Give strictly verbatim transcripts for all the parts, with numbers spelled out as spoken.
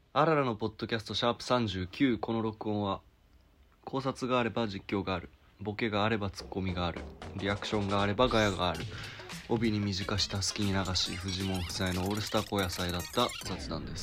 あららのポッドキャストシャープさんじゅうきゅう。この録音は考察があれば実況がある、ボケがあればツッコミがある、リアクションがあればガヤがある、帯に短した好きに流しフジモン夫妻のオールスター高野菜だった雑談です。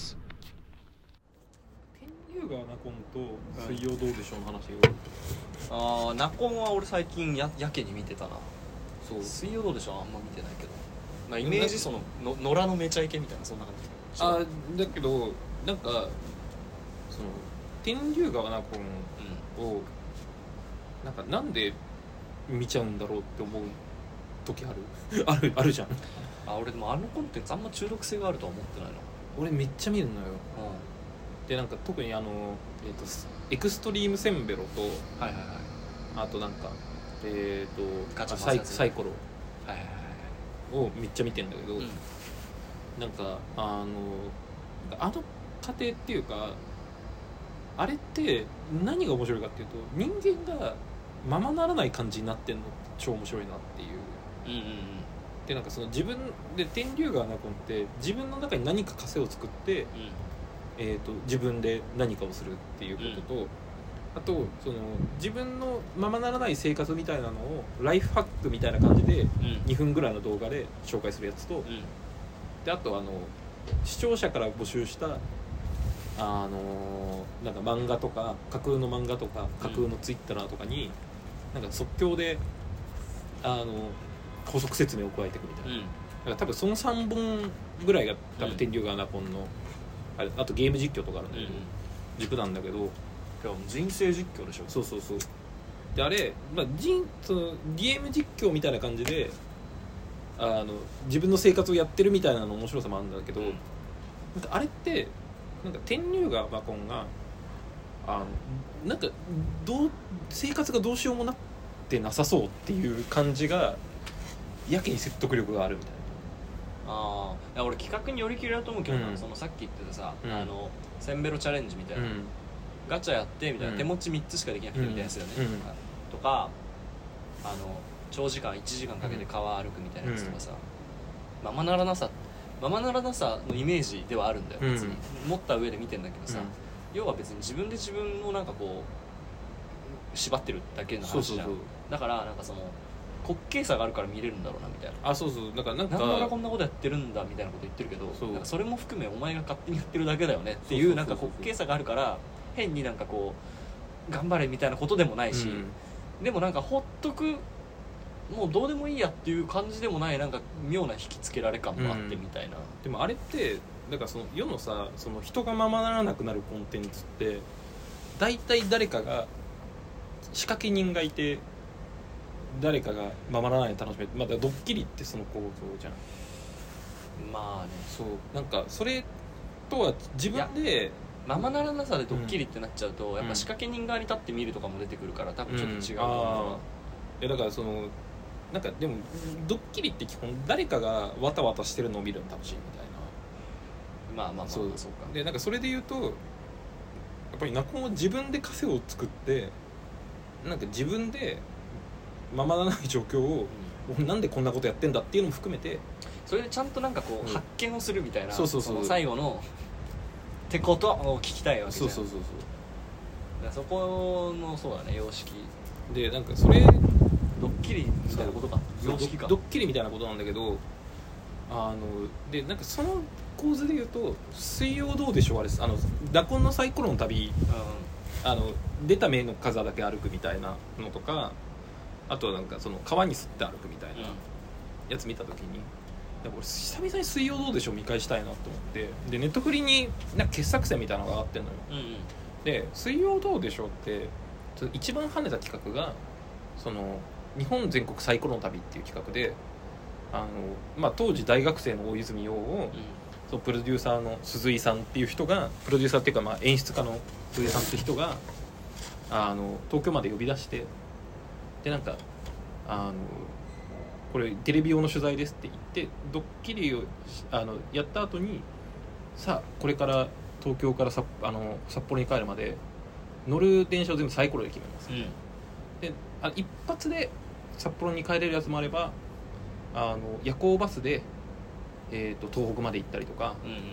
天竜川ナコンと水曜どうでしょうの話を、あーナコンは俺最近 や, やけに見てたな。 そう水曜どうでしょうあんま見てないけど、まあ、イメージそのの野良のめちゃイケみたいなそんな感じ。 あだけどなんかその天竜川ナコンを、うん、なんかなんで見ちゃうんだろうって思う時あるあるあるじゃん。 あ俺でもあのコンテンツあんま中毒性があるとは思ってないの。 俺めっちゃ見るのよ、 うん、 でなんか特にあの、えー、とエクストリームセンベロと、はいはいはい、 あとなんかえっ、ー、とガチャサイサイコロはいはいはいをめっちゃ見てんだけど、うん、なんかあのあの過程っていうかあれって何が面白いかっていうと人間がままならない感じになってんのって超面白いなっていう、 うんうんうん、 でなんかその自分で天竜川ナコンって自分の中に何か枷を作って、うん、えーと自分で何かをするっていうことと、うん、あとその自分のままならない生活みたいなのをライフハックみたいな感じでにふんぐらいの動画で紹介するやつと、うん、であとあの視聴者から募集したあのなんか漫画とか架空の漫画とか架空のツイッターとかに、うん、なんか即興であの補足説明を加えていくみたいな、うん、だから多分そのさんぼんぐらいが多分天竜川ナコンの、あれあとゲーム実況とかあるんだけど、うん、軸なんだけど人生実況でしょ。 そうそうそうであれ、まあ、人そのゲーム実況みたいな感じであの自分の生活をやってるみたいなの面白さもあるんだけど、うん、なんかあれってなんか天竜川ナコンがあのなんかどう生活がどうしようもなってなさそうっていう感じがやけに説得力があるみたいな。ああ俺企画によりきりだと思うけど、うん、そのさっき言ってたさ、うん、あのセンベロチャレンジみたいな、うん、ガチャやってみたいな、うん、手持ちみっつしかできなくてみたいなやつだよね、うん、とかあの長時間いちじかんかけて川歩くみたいなやつとかさ、うん、ままならなさままならなさのイメージではあるんだよ別に、うん、持った上で見てんだけどさ、うん、要は別に自分で自分をなんかこう縛ってるだけの話じゃん。そうそうそうだからなんかその滑稽さがあるから見れるんだろうなみたいな。 あそうそうだからなんかなんでこんなことやってるんだみたいなこと言ってるけど そ, なんかそれも含めお前が勝手にやってるだけだよねっていうなんか滑稽さがあるから変になんかこう頑張れみたいなことでもないし、うん、でもなんかほっとくもうどうでもいいやっていう感じでもないなんか妙な引きつけられ感もあってみたいな、うん、 でもあれってだからその世のさその人がままならなくなるコンテンツって大体誰かが仕掛け人がいて誰かがままならないで楽しめる。まだドッキリってその構造じゃん。 まあねそうなんかそれとは自分でままならなさでドッキリってなっちゃうと、うん、やっぱ仕掛け人側に立って見るとかも出てくるから多分ちょっと違う、うん、あいやだからそのなんかでもドッキリって基本誰かがわたわたしてるのを見るの楽しいみたいな。まあまあまあそうそうか。 でなんかそれで言うとやっぱりナコンは自分で枷を作ってなんか自分でままならない状況を、うん、なんでこんなことやってんだっていうのも含めてそれでちゃんとなんかこう、うん、発見をするみたいな。 そうそうそうその最後のってことを聞きたいわけじゃん。 そうそうそうそうそこのそうだね様式でなんかそれドッキリみたいなことか様式かドッキリみたいなことなんだけどあのでなんかその構図で言うと水曜どうでしょうあれあのナコンのサイコロの旅、うん、あの出た目の数だけ歩くみたいなのとかあとはなんかその川に吸って歩くみたいなやつ見た時に、うん、俺久々に水曜どうでしょう見返したいなと思ってでネットフリになんか傑作選みたいなのが上がってんのよ、うんうん、で水曜どうでしょうって一番跳ねた企画がその日本全国サイコロの旅っていう企画であの、まあ、当時大学生の大泉洋を、うん、そのプロデューサーの鈴井さんっていう人がプロデューサーっていうかまあ演出家の鈴井さんっていう人があの東京まで呼び出してでなんかあのこれテレビ用の取材ですって言ってドッキリをあのやった後にさあこれから東京からさあの札幌に帰るまで乗る電車を全部サイコロで決めます、うん、であ一発で札幌に帰れるやつもあればあの夜行バスで、えー、と東北まで行ったりとか、うんうん、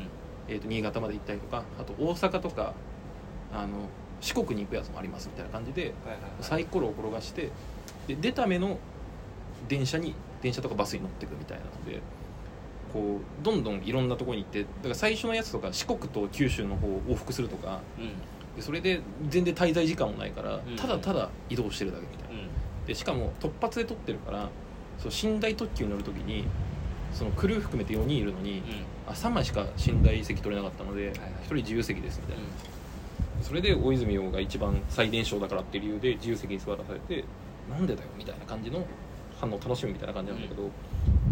えー、と新潟まで行ったりとか、あと大阪とかあの四国に行くやつもありますみたいな感じで、はいはいはい、サイコロを転がしてで出た目の電車に電車とかバスに乗っていくみたいなので、こうどんどんいろんなところに行って、だから最初のやつとか四国と九州の方を往復するとか、うん、でそれで全然滞在時間もないから、うん、ただただ移動してるだけみたいな、うん、でしかも突発で撮ってるから、そう寝台特急に乗るときにそのクルー含めてよにんいるのに、うん、あさんまいしか寝台席取れなかったので、はいはい、ひとり自由席ですみたいな、うん、それで大泉洋が一番最年少だからっていう理由で自由席に座らされて、なんでだよみたいな感じの反応を楽しむみたいな感じなんだけど、うん、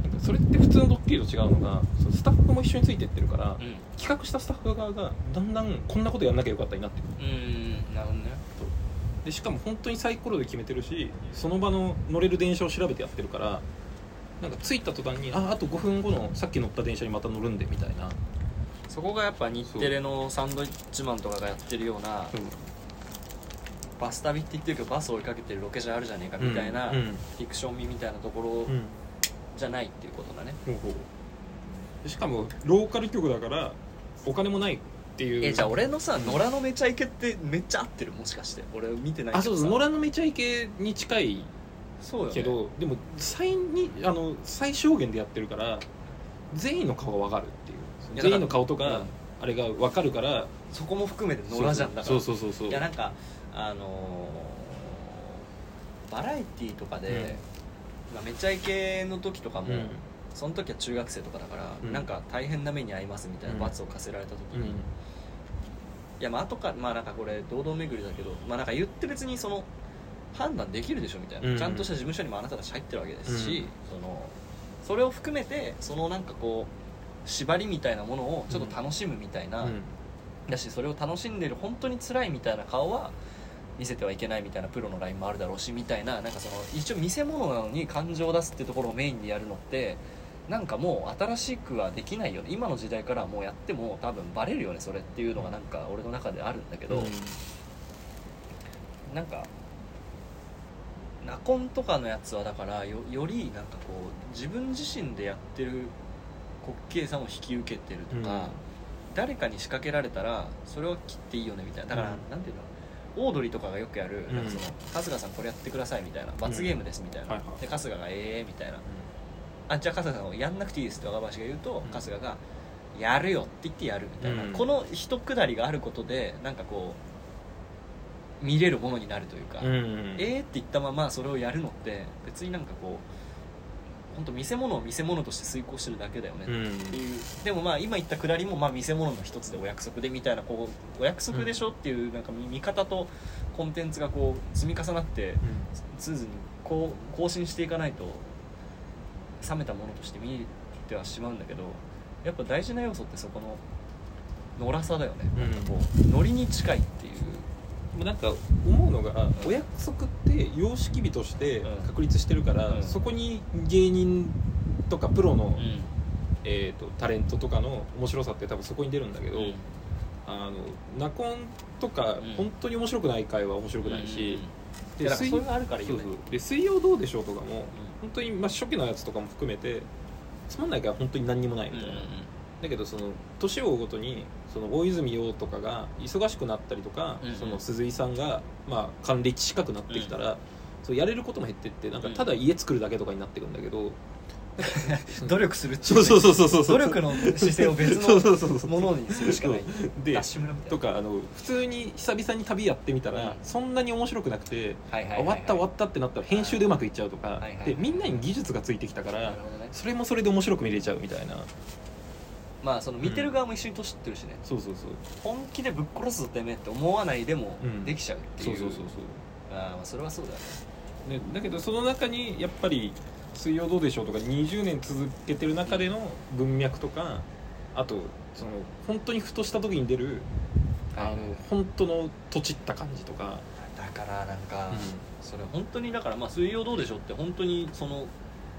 なんかそれって普通のドッキリと違うのが、そのスタッフも一緒についてってるから、うん、企画したスタッフ側がだんだんこんなことやんなきゃよかったになってくる。 うん、なるほどね。 でしかも本当にサイコロで決めてるし、その場の乗れる電車を調べてやってるから、なんか着いた途端に あ, あとごふんごのさっき乗った電車にまた乗るんでみたいな、 そこがやっぱ日テレのサンドイッチマンとかがやってるような、うん、バス旅って言ってるけどバス追いかけてるロケじゃあるじゃねえかみたいな、うんうん、フィクション味みたいなところじゃないっていうことだね、うんうん、しかもローカル局だからお金もないっていう。 えじゃあ俺のさ、野良のめちゃイケってめっちゃ合ってる？もしかして俺見てないけどさ。 あ、そうそう、野良のめちゃイケに近いけど、ね、でも最にあの最小限でやってるから全員の顔が分かるっていう、全員の顔とか、うん、あれが分かるから、 そこも含めて野良じゃんだから。 そうそうそうそう。 いやなんかあのー、バラエティーとかで、うんまあ、めちゃイケの時とかも、うん、その時は中学生とかだから、うん、なんか大変な目に遭いますみたいな罰を課せられた時に、うん、いやまあ後からまあなんかこれ堂々巡りだけど、まあなんか言って別にその判断できるでしょみたいな、うん、ちゃんとした事務所にもあなたたち入ってるわけですし、うん、そのそれを含めてそのなんかこう縛りみたいなものをちょっと楽しむみたいな、うん、だしそれを楽しんでる本当に辛いみたいな顔は見せてはいけないみたいなプロのラインもあるだろうしみたいな、なんかその一応見せ物なのに感情を出すってところをメインにやるのってなんかもう新しくはできないよね、今の時代からもうやっても多分バレるよねそれっていうのがなんか俺の中であるんだけど、うん、なんかナコンとかのやつはだから よ, よりなんかこう自分自身でやってる滑稽さを引き受けてるとか、うん、誰かに仕掛けられたらそれを切っていいよねみたいな、だから、うん、なんていうのオードリーとかがよくやる、うん、なんかその春日さんこれやってくださいみたいな、罰ゲームですみたいな、うんはいはい、で春日がええーみたいな、うん、あじゃあ春日さんやんなくていいですって若林が言うと、うん、春日がやるよって言ってやるみたいな、うん、この一くだりがあることでなんかこう見れるものになるというか、うんうん、えーって言ったままそれをやるのって別になんかこう本当見せ物を見せ物として遂行してるだけだよねっていう、うん、でもまあ今言ったくだりもまあ見せ物の一つでお約束でみたいな、こうお約束でしょっていうなんか見方とコンテンツがこう積み重なってスーズにこう更新していかないと冷めたものとして見てはしまうんだけど、やっぱ大事な要素ってそこの野良さだよね、うん、なんかこうノリに近いっていう。 なんか思うのが、お約束って様式美として確立してるから、うん、そこに芸人とかプロの、うん、えーと、タレントとかの面白さって多分そこに出るんだけど、うん、あのナコンとか、うん、本当に面白くない回は面白くないし、 うん、でそれがあるからいいよね。 そうそうで水曜どうでしょうとかも、うん、本当に、まあ、初期のやつとかも含めてつまんない回は本当に何にもないみたいな、うんうん、だけどその年を追うごとにその大泉洋とかが忙しくなったりとか、うんうん、その鈴井さんがまあ還暦近くなってきたら、うん、そうやれることも減ってってなんかただ家作るだけとかになってくんだけど、 努力するっていう、ね、 そうそうそうそう努力の姿勢を別のものにするしかないでダッシュ村みたいなとか、あの普通に久々に旅やってみたら、うん、そんなに面白くなくて、はいはいはいはい、終わった終わったってなったら編集でうまくいっちゃうとか、はいはいはい、でみんなに技術がついてきたから、ね、それもそれで面白く見れちゃうみたいな。 まあその見てる側も一緒に年知ってるしね、 うん、そうそうそう本気でぶっ殺すぞてめえって思わないでもできちゃうっていう、 うん、そうそうそうそうあまあそれはそうだよね。 ねだけどその中にやっぱり水曜どうでしょうとかにじゅうねん続けてる中での文脈とか、あとその本当にふとした時に出る、はいはい、あの本当のとちった感じとかだからなんか、うん、それ本当にだからまあ水曜どうでしょうって本当にその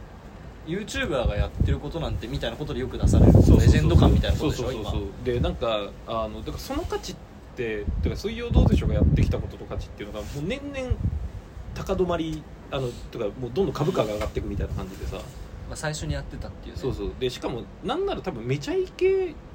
YouTuber がやってることなんてみたいなことでよく出されるレジェンド感みたいなことでしょ今でなんかあのだからその価値ってだから水曜どうでしょうがやってきたことと価値っていうのがもう年々高止まりあのとかもうどんどん株価が上がっていくみたいな感じでさ、 まあ、最初にやってたっていうね。 そうそうでしかもなんなら多分めちゃイケ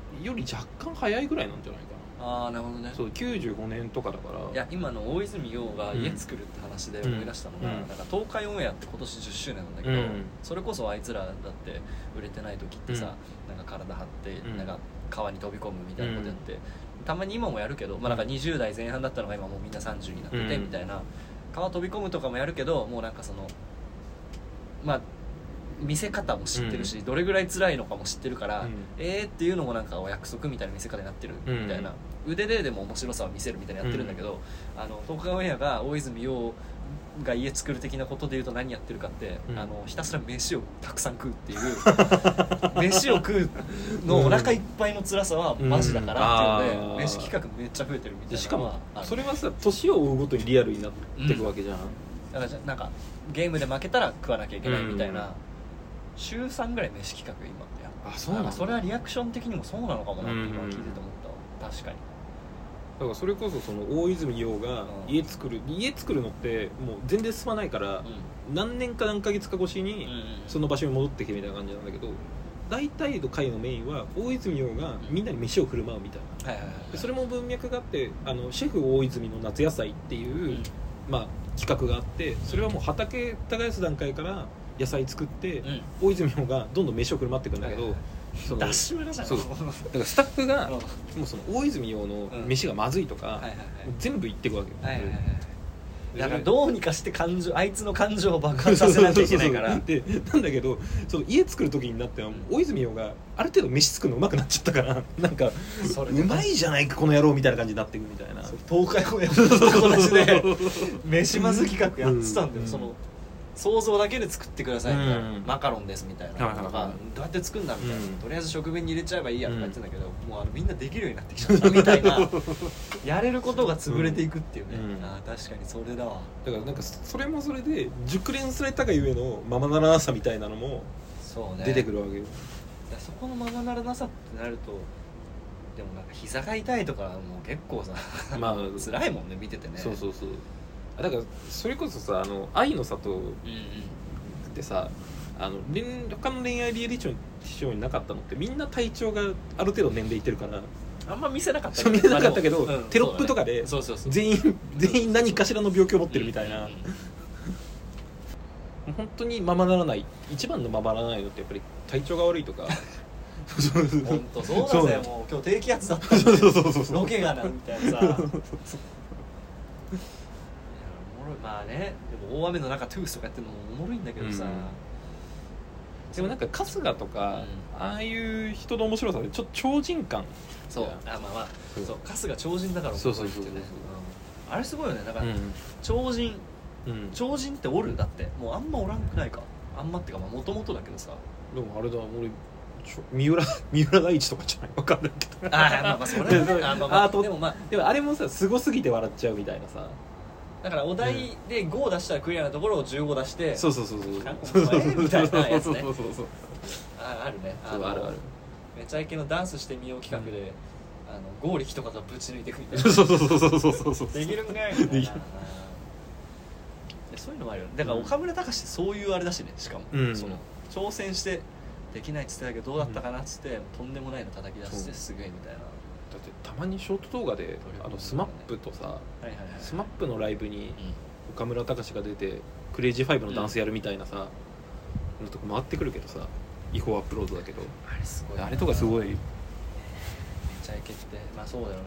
より若干早いぐらいなんじゃないかな。 ああなるほどね。 そうきゅうじゅうごねんとかだから。 いや今の大泉洋が家作るって話で思い出したのが、 うんなんか東海オンエアって今年じゅっしゅうねんなんだけど、 うんそれこそあいつらだって売れてない時ってさ、うん、なんか体張って、 うん、 なんか川に飛び込むみたいなことやって、うん、たまに今もやるけど、まあ、なんかにじゅう代前半だったのが今もうみんなさんじゅうになってて、うん、みたいな川飛び込むとかもやるけど、もうなんかそのまあ見せ方も知ってるし、うん、どれぐらい辛いのかも知ってるから、うん、えーっていうのもなんかお約束みたいな見せ方になってるみたいな、うん、腕ででも面白さを見せるみたいなやってるんだけど、うん、あの東海オンエアが大泉洋が家作る的なことでいうと何やってるかって、うん、あのひたすら飯をたくさん食うっていう飯を食うのお腹いっぱいの辛さはマジだからっていうので、うん、飯企画めっちゃ増えてるみたいな。 しかもそれはさ年を追うごとにリアルになっていくわけじゃん、うん、 だからなんかゲームで負けたら食わなきゃいけないみたいな、うん、週さんぐらい飯企画今ってやっぱ。 あそうなんだ。 それはリアクション的にもそうなのかもなって今聞いてて思ったわ。確かに。 だからそれこそその大泉洋が家作る、うん、家作るのってもう全然進まないから、うん、何年か何ヶ月か越しにその場所に戻ってきてみたいな感じなんだけど、大体の回のメインは大泉洋がみんなに飯を振る舞うみたいな、はいはいはいはい、でそれも文脈があって、あのシェフ大泉の夏野菜っていう、うん、まあ、企画があって、それはもう畑耕す段階から野菜作って、うん、大泉洋がどんどん飯を振る舞っていくんだけど、はいはいはい、そのダッシュ村じゃん。そうだからスタッフがもうその大泉洋の飯がまずいとか、うん、はいはいはい、全部言っていくわけよ、はいはいはい、 だからどうにかして感情あいつの感情を爆発させなきゃいけないからでなんだけど、その家作る時になっては大泉洋がある程度飯作るのうまくなっちゃったから、なんかそれうまいじゃないかこの野郎みたいな感じになっていくみたいな。 東海オンエアの友達で飯まず企画やってたんだよ、うん、その想像だけで作ってくださいみたいな、うん、マカロンですみたいなのが、どうやって作るんだみたいな、うん、とりあえず食紅に入れちゃえばいいやとか言ってんだけど、うん、もうあのみんなできるようになってきちゃったみたいなやれることが潰れていくっていうね、うん、あ確かにそれだわ。 だからなんかそれもそれで熟練されたがゆえのままならなさみたいなのも出てくるわけよ。 そうね、そこのままならなさってなると、でもなんか膝が痛いとかもう結構さ、まあ辛いもんね見ててね。 そうそうそう。だからそれこそさ、あの愛の里ってさ、うんうん、あの他の恋愛リアリティショーになかったのってみんな体調がある程度年齢いってるからあんま見せなかったけど、見せなかったけど、まあうん、テロップとかで全員全員何かしらの病気を持ってるみたいな、うんうんうん、本当にままならない、一番のままならないのってやっぱり体調が悪いとか本当そうだぜ、もう今日低気圧だったんでロケがなみたいなさまあね、でも大雨の中トゥースとかやってるのもおもろいんだけどさ、うん、 でもなんか春日とか、うん、ああいう人の面白さでちょっと超人感。 そう、あまあまあそう、春日超人だから面白いってね。あれすごいよね、だから、うん、超人、うん、超人っておるだってもうあんまおらんくないか、あんまってかまあもともとだけどさ。 でもあれだ、俺三浦三浦大知とかじゃないわかんないけど、 ああまあまあそれはねあまあまあでもまあでもあれもさすごすぎて笑っちゃうみたいなさ。 だからお題でご出したらクリアなところをじゅうご出して、 そうそうそうそうみたいなやつね。 そうそうそうああるね。 あるある。 めちゃイケのダンスしてみよう企画で、うん、あの剛力とかがぶち抜いてくみたいな。 そうそうそうそうそうそう。 できるんかいみたいな。そういうのもあるよね。だから岡村隆史ってそういうあれだしね、しかも、うん、その挑戦してできないっつってたけどどうだったかなっつって、うん、とんでもないの叩き出してすげえみたいな。 だってたまにショート動画であのスマップとさ、はいはいはい、スマップのライブに岡村隆史が出てクレイジーファイブのダンスやるみたいなさ、うん、のとこ回ってくるけどさ、違法アップロードだけどあれすごい、 あれとかすごいめちゃイケってまあそうだよな。だ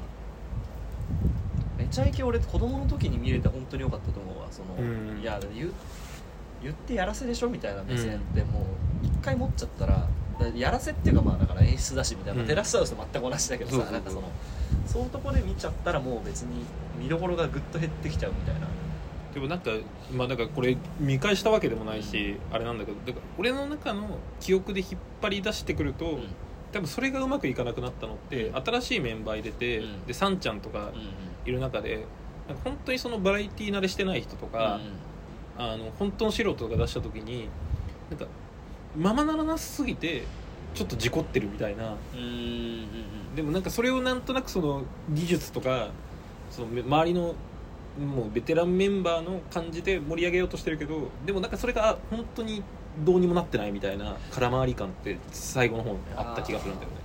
からめちゃイケ俺子供の時に見れて本当に良かったと思うわ。その、うん、いや言, 言ってやらせでしょみたいな目線ってもう一回持っちゃったらやらせっていうかまあだから演出だしみたいな、うん、テラスハウスと全く同じだけどさ、そうそうそう、なんかそのそういうとこで見ちゃったらもう別に見どころがぐっと減ってきちゃうみたいな。 でもなんかまあだからこれ見返したわけでもないし、うん、あれなんだけど、だから俺の中の記憶で引っ張り出してくると、うん、多分それがうまくいかなくなったのって、うん、新しいメンバー入れて、うん、でサンちゃんとかいる中で、なんか本当にそのバラエティ慣れしてない人とか、うん、あの本当の素人とか出した時になんかままならなすぎてちょっと事故ってるみたいな。うんうんうん、でもなんかそれをなんとなくその技術とかその周りのもうベテランメンバーの感じで盛り上げようとしてるけど、でもなんかそれが本当にどうにもなってないみたいな空回り感って最後の方にあった気がするんだよね。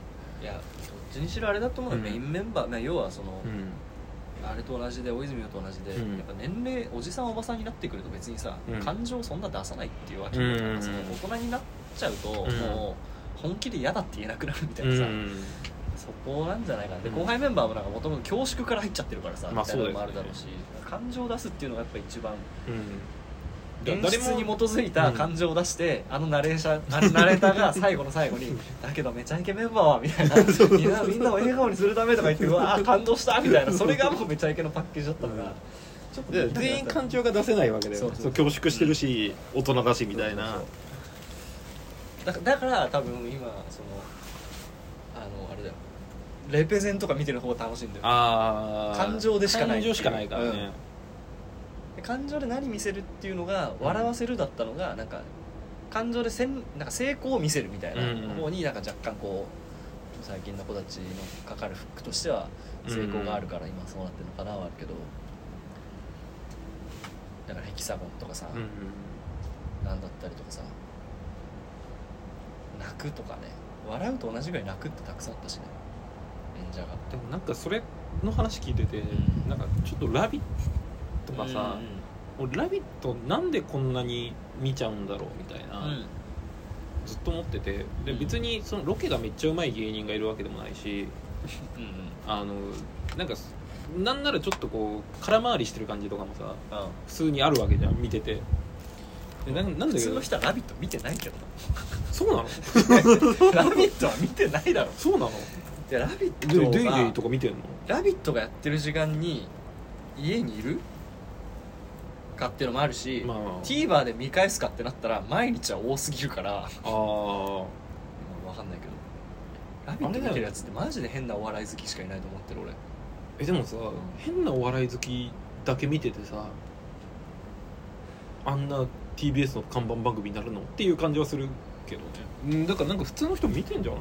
いやどっちにしろあれだと思う、うん、メインメンバー、まあ、要はその、 うんあれと同じで大泉洋と同じで、 うん、 やっぱ年齢おじさんおばさんになってくると別にさ、うん、感情そんな出さないっていうわけで、うん、その大人になっちゃうと、うん、もう本気で嫌だって言えなくなるみたいなさ、うん、そこなんじゃないかな。で後輩メンバーもなんかもともと恐縮から入っちゃってるからさ、 まあ、 みたいなのもあるだろうし、 まあ、 感情を出すっていうのがやっぱ一番、 うん、 演出に基づいた感情を出して、うん、あのナレーシャあのナレーターが最後の最後にだけどめちゃイケメンバーはみたいなみんなみんなを笑顔にするためとか言ってうわー感動したみたいな、それがもうめちゃイケのパッケージだったのが、うん、 ちょっとで全員感情が出せないわけだよ。そうそうそう、恐縮してるし、うん、大人だしみたいな。そうそうそう、だ, だから多分今そのあのあれだよ、レペゼンとか見てる方が楽しいんだよ。 あ感情でしかない、 感情しかないからね、 うん、感情で何見せるっていうのが笑わせるだったのが、なんか感情でせんなんか成功を見せるみたいな方になんか若干こう最近の子たちのかかるフックとしては成功があるから今そうなってるのかなはあるけど、だからヘキサゴンとかさ、なんだったりとかさ、泣くとかね、笑うと同じぐらい泣くってたくさんあったしね、演者が。 でもなんかそれの話聞いてて、うん、なんかちょっとラビットとかさ、うんうん、俺ラビットなんでこんなに見ちゃうんだろうみたいな、うん、ずっと思ってて、で別にそのロケがめっちゃうまい芸人がいるわけでもないしうん、うん、あのなんかなんならちょっとこう空回りしてる感じとかもさ、うん、普通にあるわけじゃん、見てて。でななんだけど普通の人はラビット見てないけどそうなのラビットは見てないだろ。 そうなの。 でラビットはデイデイとか見てんの？ ラビットがやってる時間に家にいるかっていうのもあるし、まあ、TVer で見返すかってなったら毎日は多すぎるから、ああ分かんないけどラビット見てるやつってマジで変なお笑い好きしかいないと思ってる俺。 えでもさ、うん、変なお笑い好きだけ見ててさ、あんな ティービーエス の看板番組になるのっていう感じはするけどね。うん、だからなんか普通の人見てんじゃない？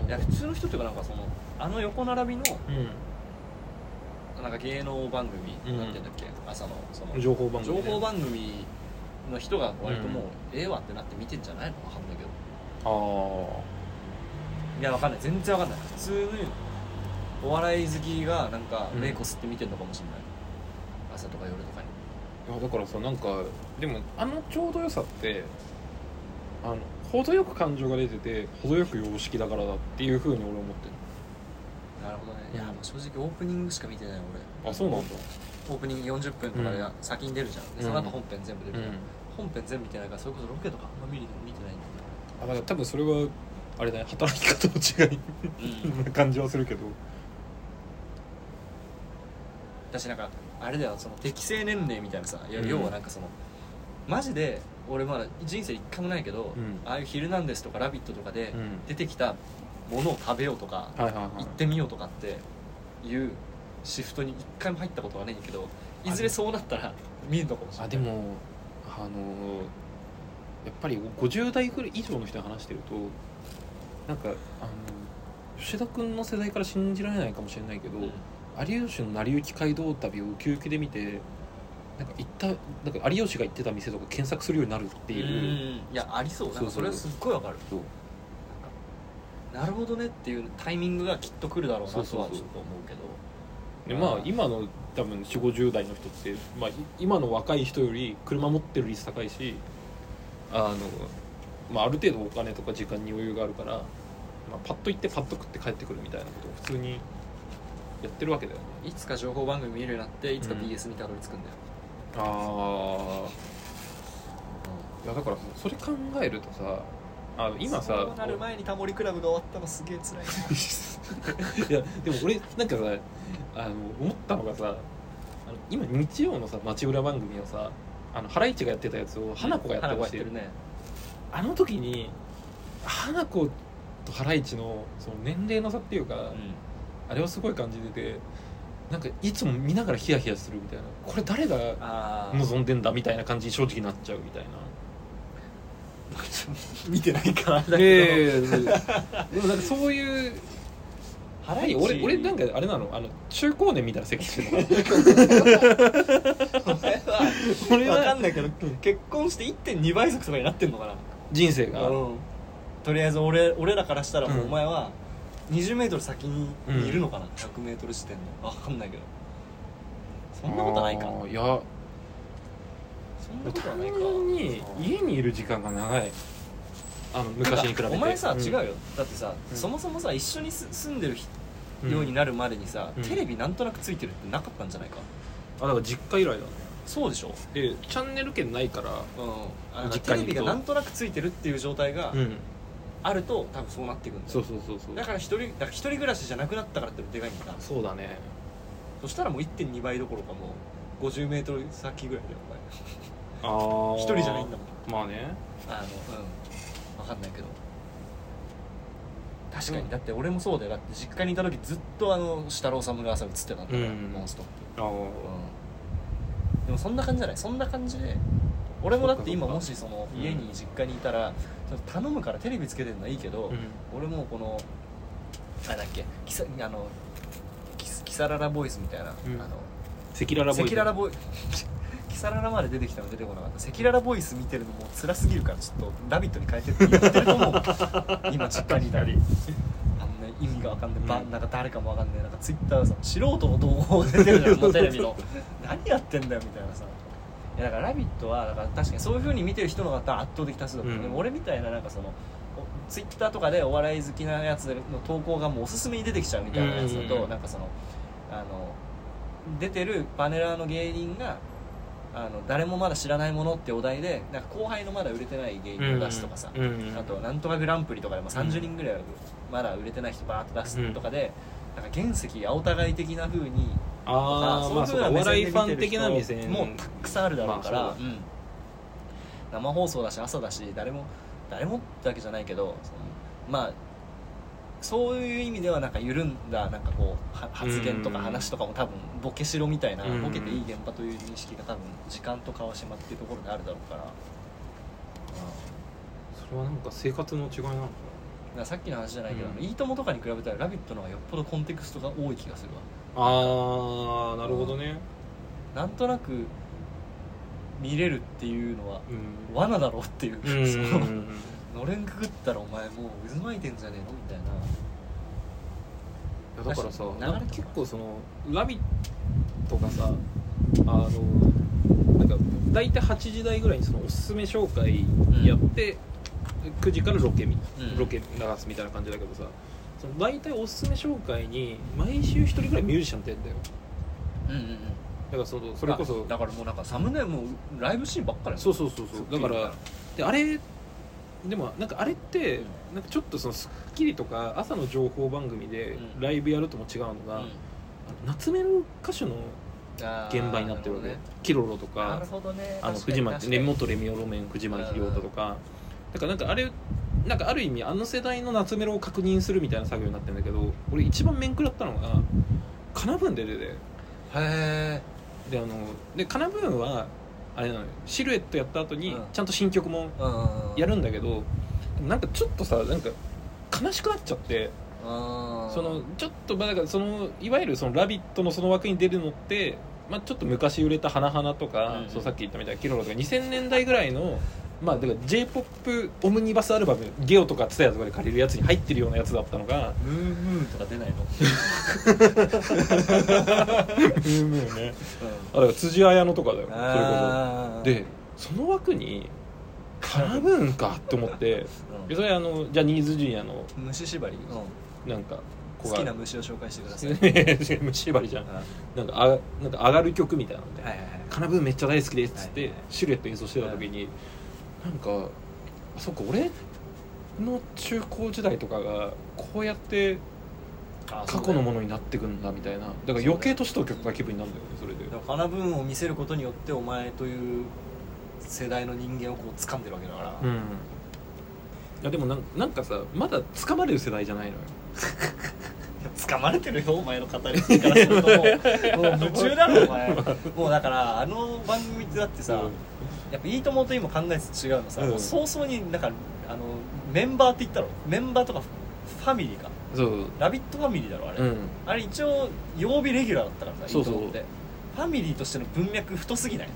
いや普通の人っていうかなんかそのあの横並びの、うん、なんか芸能番組、うん、なんていうんだっけ、朝のその情報番組、 ね、情報番組の人が割ともう、うん、ええわってなって見てんじゃないの？わかんないけど。ああ。いやわかんない、全然わかんない。普通のお笑い好きがなんか目こすって見てんのかもしれない、うん、朝とか夜とかに。 いやだからさ、なんかでもあのちょうど良さってあの程よく感情が出てて程よく様式だからだっていう風に俺思ってる。 なるほどね。いや、まあ、正直オープニングしか見てない俺。あ、そうなんだ。 オープニングよんじゅっぷんとかで先に出るじゃん、うん、でその後本編全部出るじゃん、うん、本編全部見てないからそれこそロケとかあんま見てないんだよね。 あ、だから多分それはあれだね、働き方の違いな感じはするけど、 私なんかあれだよ、その適正年齢みたいなさ、いや要はなんかその、うん、マジで俺まだ人生一回もないけど、うん、ああいうヒルナンデスとかラビットとかで出てきたものを食べようとか、うん、行ってみようとかっていうシフトに一回も入ったことはないんだけど、いずれそうなったら見るのかもしれない。 あでもあのやっぱりごじゅう代ぐらい以上の人に話してるとなんかあの吉田君の世代から信じられないかもしれないけど、うん、有吉の成り行き街道旅をウキウキで見てなんか行ったなんか有吉が行ってた店とか検索するようになるっていう。 うん、いやありそう。なんかそれはすっごいわかる。そうなるほどねっていうタイミングがきっと来るだろうなとはちょっと思うけど。 でまあ今の多分よんじゅう、ごじゅう代の人って、まあ、今の若い人より車持ってる率高いし、あの、まあ、ある程度お金とか時間に余裕があるから、まあ、パッと行ってパッと食って帰ってくるみたいなことを普通にやってるわけだよね。 いつか情報番組見るようになっていつか ビーエス にたどり着くんだよ、うん、 ああ、うん、いやだからそれ考えるとさ、あの今さそうなる前にタモリクラブが終わったのすげえ辛いないやでも俺なんかさあの思ったのがさ、あの今日曜のさ街裏番組をさ、あのハライチがやってたやつを花子がやってまして、うんね、あの時に花子とハライチのその年齢の差っていうか、うん、あれはすごい感じてて、なんかいつも見ながらヒヤヒヤするみたいな、これ誰が望んでんだみたいな感じに正直なっちゃうみたいな。 見てないからだけど、 えー、でもなんかそういうハライチ俺俺なんかあれなの、あの中高年みたいなセックスしてるのか俺は分かんないけど結婚して いってんに 倍速とかになってんのかな人生が、 うん、とりあえず 俺, 俺らからしたらもうお前はにじゅうメートル先にいるのかな、うん、ひゃくメートル地点の分かんないけどそんなことないか。 いやそんなことはないか。 単に家にいる時間が長い、あの昔に比べて。 お前さ、うん、違うよだってさ、 うん、 そもそもさ一緒に住んでるようになるまでにさ、うん、テレビなんとなくついてるってなかったんじゃないか。 あだから実家以来だね。 そうでしょ。 でチャンネル権ないから、うん、 あテレビがなんとなくついてるっていう状態が、うんあると多分そうなっていくんだよ。 そうそうそうそう。 だから一人だから一人暮らしじゃなくなったからってでかいんだ。 そうだね。 そしたらもう いってんに 倍どころかもうごじゅうメートル先ぐらいだよお前。ああ。 一人じゃないんだもん。 まあね。 あのうん分かんないけど。確かに、うん、だって俺もそうだよ。だって実家にいた時ずっとあの設楽統が朝映ってたんだから、うん、ノンストップ。ああ、うん。でもそんな感じじゃない。そんな感じで。俺もだって今もしその家に実家にいたら頼むからテレビつけてるのはいいけど、うん、俺もこのあれだっけキサあのキキサララボイスみたいな、うん、あのセキララボイスセキララボイキサララまで出てきたの出てこなかった。セキララボイス見てるのも辛すぎるからちょっとラビットに変えてって言ってると思う今実家にいたりあんな意味が分かんない、うん、なんか誰かも分かんないなんかツイッターさ素人の動画出てるじゃんもうテレビの何やってんだよみたいなさ。いやだからラビットはだから確かにそういう風に見てる人の方が圧倒的多数だった、うん、でも俺みたいななんかそのツイッターとかでお笑い好きなやつの投稿がもうおすすめに出てきちゃうみたいなやつだと、うんうん、なんかそのあの出てるパネラーの芸人があの誰もまだ知らないものってお題でなんか後輩のまだ売れてない芸人を出すとかさ、うんうん、あとなんとかグランプリとかでもさんじゅうにんぐらいまだ売れてない人バーッと出すとかで、うん、なんか原石青互い的な風にああ、まあそうか、お笑いファン的な目線もうたくさんあるだろうから、まあうん、生放送だし朝だし誰も誰もってわけじゃないけどそのまあそういう意味ではなんか緩んだなんかこう発言とか話とかも多分ボケしろみたいなボケていい現場という認識が多分時間と川島っていうところであるだろうから、うん、 それはなんか生活の違いなのかな。 だからさっきの話じゃないけど、うん、いいともとかに比べたらラビットの方がよっぽどコンテクストが多い気がするわ。 ああなるほどね。 なんとなく見れるっていうのは、うん、罠だろうっていう、うん、そののれんくぐったらお前もう渦巻いてんじゃねえのみたいな。いやだからさなんか結構そのラビットがさあのなんか大体はちじ台ぐらいにそのおすすめ紹介やって、うん、くじからロケみ、うん、ロケ流すみたいな感じだけどさその大体おすすめ紹介に毎週一人ぐらいミュージシャンってやんだよ。うんうんうん。だからそのそれこそだからもうなんかサムネもライブシーンばっかり。 そうそうそうそう。だからであれでもなんかあれってなんかちょっとそのスッキリとか朝の情報番組でライブやるとも違うのが、うん、夏メロ歌手の現場になってるわけ、ね、キロロとか、 なるほどね、 あの藤巻根本レミオロメン藤巻亮太とか、だからなんかあれなんかある意味あの世代の夏メロを確認するみたいな作業になってるんだけど、俺一番面食らったのがカナブーンで出て、へえ。 であのでカナブーンはあれなのよ、シルエットやった後にちゃんと新曲もやるんだけど、なんかちょっとさなんか悲しくなっちゃって、あそのちょっとまあだからそのいわゆるそのラビットのその枠に出るのって、まあ、ちょっと昔売れた花々とか、うん、そうさっき言ったみたいなキロロとかにせんねんだいぐらいのまあだから J-ポップ オムニバスアルバムゲオとかツタヤとかで借りるやつに入ってるようなやつだったのが、 ムームーとか出ないの？ ムームーね、うん、あだから辻彩乃とかだよ、それこそでその枠にカナブーンかって思って、うん、それあのジャニーズジュニアの虫縛り、 うん、なんか好きな虫を紹介してください。 虫縛りじゃん、うん、なんかあなんか上がる曲みたいなので、はいはいはい、カナブーンめっちゃ大好きですっつって、はいはい、シルエット演奏してた時に、なんかあそっか俺の中高時代とかがこうやって過去のものになってくんだみたいな、だから余計年取った気分になるんだよね。それでカナブーンを見せることによってお前という世代の人間をこう掴んでるわけだから、うん、いやでも な, なんかさまだ掴まれる世代じゃないのよ。 掴まれてるよお前の語りからするともう夢中だろお前。もうだからあの番組ってだってさ、うん、やっぱいいともと今考えて違うのさ、うん、もう早々になんかあのメンバーって言ったろ、メンバーとかファミリーか、そうラビットファミリーだろあれ、うん、あれ一応曜日レギュラーだったからさ、いいともってファミリーとしての文脈太すぎない？なんか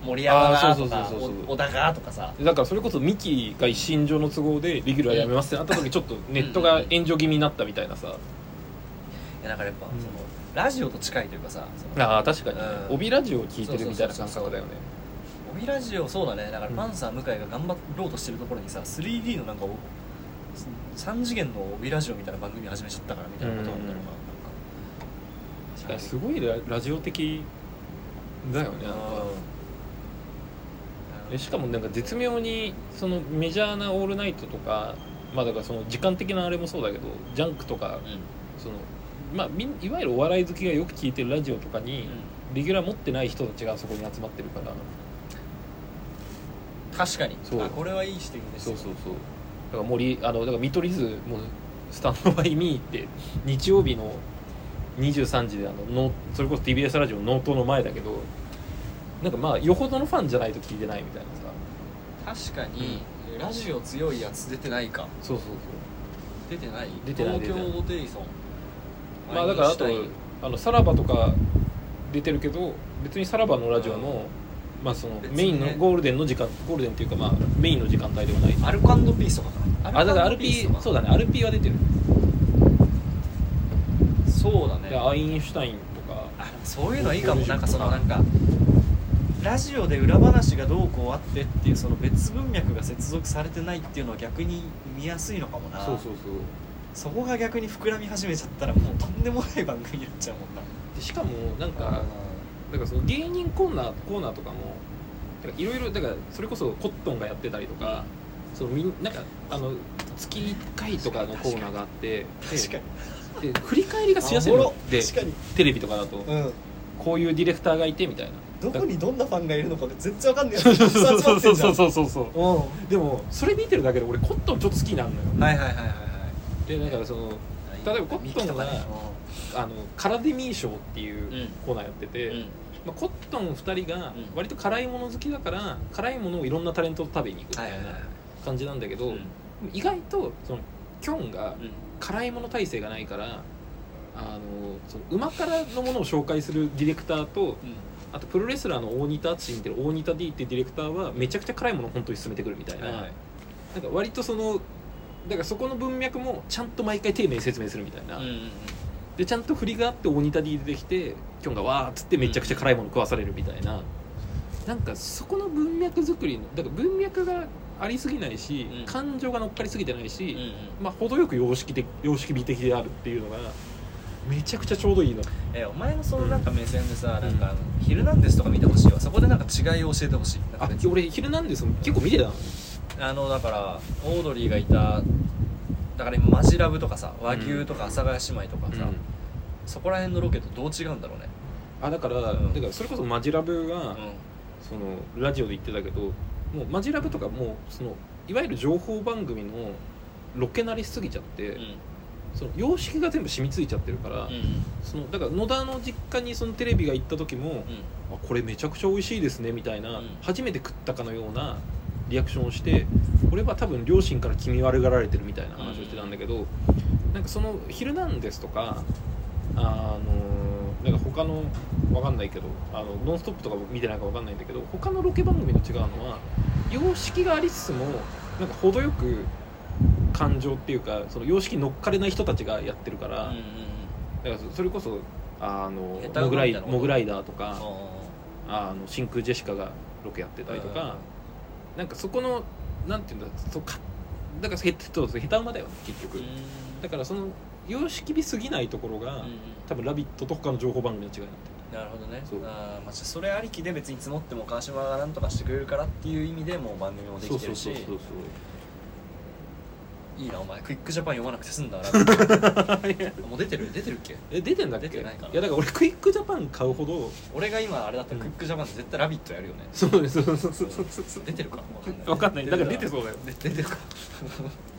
森山がとかそうそうそうそうそう小田がとかさ、 だからそれこそミキが一身上の都合でレギュラーやめますってなった時ちょっとネットが炎上気味になったみたいなさ、 いやだからやっぱ、うん、そのラジオと近いというかさ、 ああ確かに、ね、 うん、 帯ラジオを聞いてるみたいな感覚だよね。 帯ラジオそうだね。だからパンサー向井が頑張ろうとしてるところにさ スリーディー のなんかさん次元の帯ラジオみたいな番組始めちゃったからみたいなことなんだろうな、うん、 なんかすごい ラ, ラジオ的だよね。なんかえしかもなんか絶妙にそのメジャーなオールナイトとか、まあだからその時間的なあれもそうだけどジャンクとか、うん、そのまあいわゆるお笑い好きがよく聞いてるラジオとかに、うん、レギュラー持ってない人たちがそこに集まってるから。 確かにそうあこれはいい指摘ですよ。そうそうそう。だから森あのだから見取り図もスタンドバイミーって日曜日のにじゅうさんじであののそれこそ ティービーエス ラジオの納刀の前だけど、なんかまあよほどのファンじゃないと聞いてないみたいなさ。確かに、うん、ラジオ強いやつ出てないか。 そうそうそう出てない出てない東京ホテイソン。 まあだからあとあのさらばとか出てるけど別にさらばのラジオの、うんまあそのメインのゴールデンの時間ゴールデンっていうかまあメインの時間帯ではない。 アルコ&ピースとかかなあだから アールピー そうだね アールピー は出てる。 そうだね。 アインシュタインとかあそういうのいいかも。なんかそのなんかラジオで裏話がどうこうあってっていうその別文脈が接続されてないっていうのは逆に見やすいのかもな。 そうそうそう。 そこが逆に膨らみ始めちゃったらもうとんでもない番組になっちゃうもんな。 でしかもなんかだからその芸人コーナーコーナーとかもいろいろだからそれこそコットンがやってたりとか、そのみんなんかあの月いっかいとかのコーナーがあって確かにで振り返りがしやすいので確かにテレビとかだと、うん、こういうディレクターがいてみたいなどこにどんなファンがいるのか全然わかんないやつそうそうそうそうそうそうそう、うん、でもそれ見てるだけで俺コットンちょっと好きになるのよ。 はいはいはいはいはい。 でだからその例えばコットンが、ね、あのカラデミー賞っていうコーナーやってて、うんまあ、コットンふたりが割と辛いもの好きだから辛いものをいろんなタレントと食べに行くみたいな感じなんだけど、意外とそのキョンが辛いもの耐性がないからあのその旨辛のものを紹介するディレクターと、あとプロレスラーの大仁田敦に似てる大仁田 D っていうディレクターはめちゃくちゃ辛いものを本当に進めてくるみたいな、はいはい、なんか割とそのだからそこの文脈もちゃんと毎回丁寧に説明するみたいな、うんうんうん、でちゃんと振りがあって大仁田 D 出てきてキョンがわーっつってめちゃくちゃ辛いもの食わされるみたいな、うん、なんかそこの文脈作りのだから文脈がありすぎないし、うん、感情が乗っかりすぎてないし、うんうんまあ、程よく様式的様式美的であるっていうのがめちゃくちゃちょうどいいの。 えお前のそのなんか目線でさ、うん、なんかヒルナンデスとか見てほしいわ。そこでなんか違いを教えてほしい。 あ俺ヒルナンデス結構見てたの。 あのだからオードリーがいただから今マジラブとかさ和牛とか阿佐ヶ谷姉妹とかさ、うん、そこら辺のロケとどう違うんだろうね。 あだから、うん、だからそれこそマジラブが、うん、そのラジオで言ってたけどもうマジラブとかもうそのいわゆる情報番組のロケなりすぎちゃって、うん、その様式が全部染みついちゃってるから、うん、そのだから野田の実家にそのテレビが行った時も、うん、あこれめちゃくちゃ美味しいですねみたいな、うん、初めて食ったかのようなリアクションをして俺は多分両親から気味悪がられてるみたいな話をしてたんだけど、うん、なんかそのヒルナンデスとかあのなんか他の分かんないけどあのノンストップとか僕見てないか分かんないんだけど他のロケ番組と違うのは様式がありつつもなんか程よく感情っていうかその様式に乗っかれない人たちがやってるから、うんうん、だからそれこそあのモグライモグライダーとかあの真空ジェシカがロケやってたりとかなんかそこのなんていうんだそうかだからへそう下手馬だよね結局だからその様式美すぎないところが、うんうん、多分ラビットと他の情報番組の違いになってる。 なるほどね。あまあそれありきで別に積もっても川島が何とかしてくれるからっていう意味でもう番組もできてるしそうそうそうそういいなお前クイックジャパン読まなくて済んだもう出てる出てるっけえ出てんだっけ出てないかな。 いやだから俺クイックジャパン買うほど俺が今あれだったらクイックジャパンって絶対ラビットやるよね、 うん、そうですそうそうそうそう出てるか分かんないだから出てそうだよ出てるか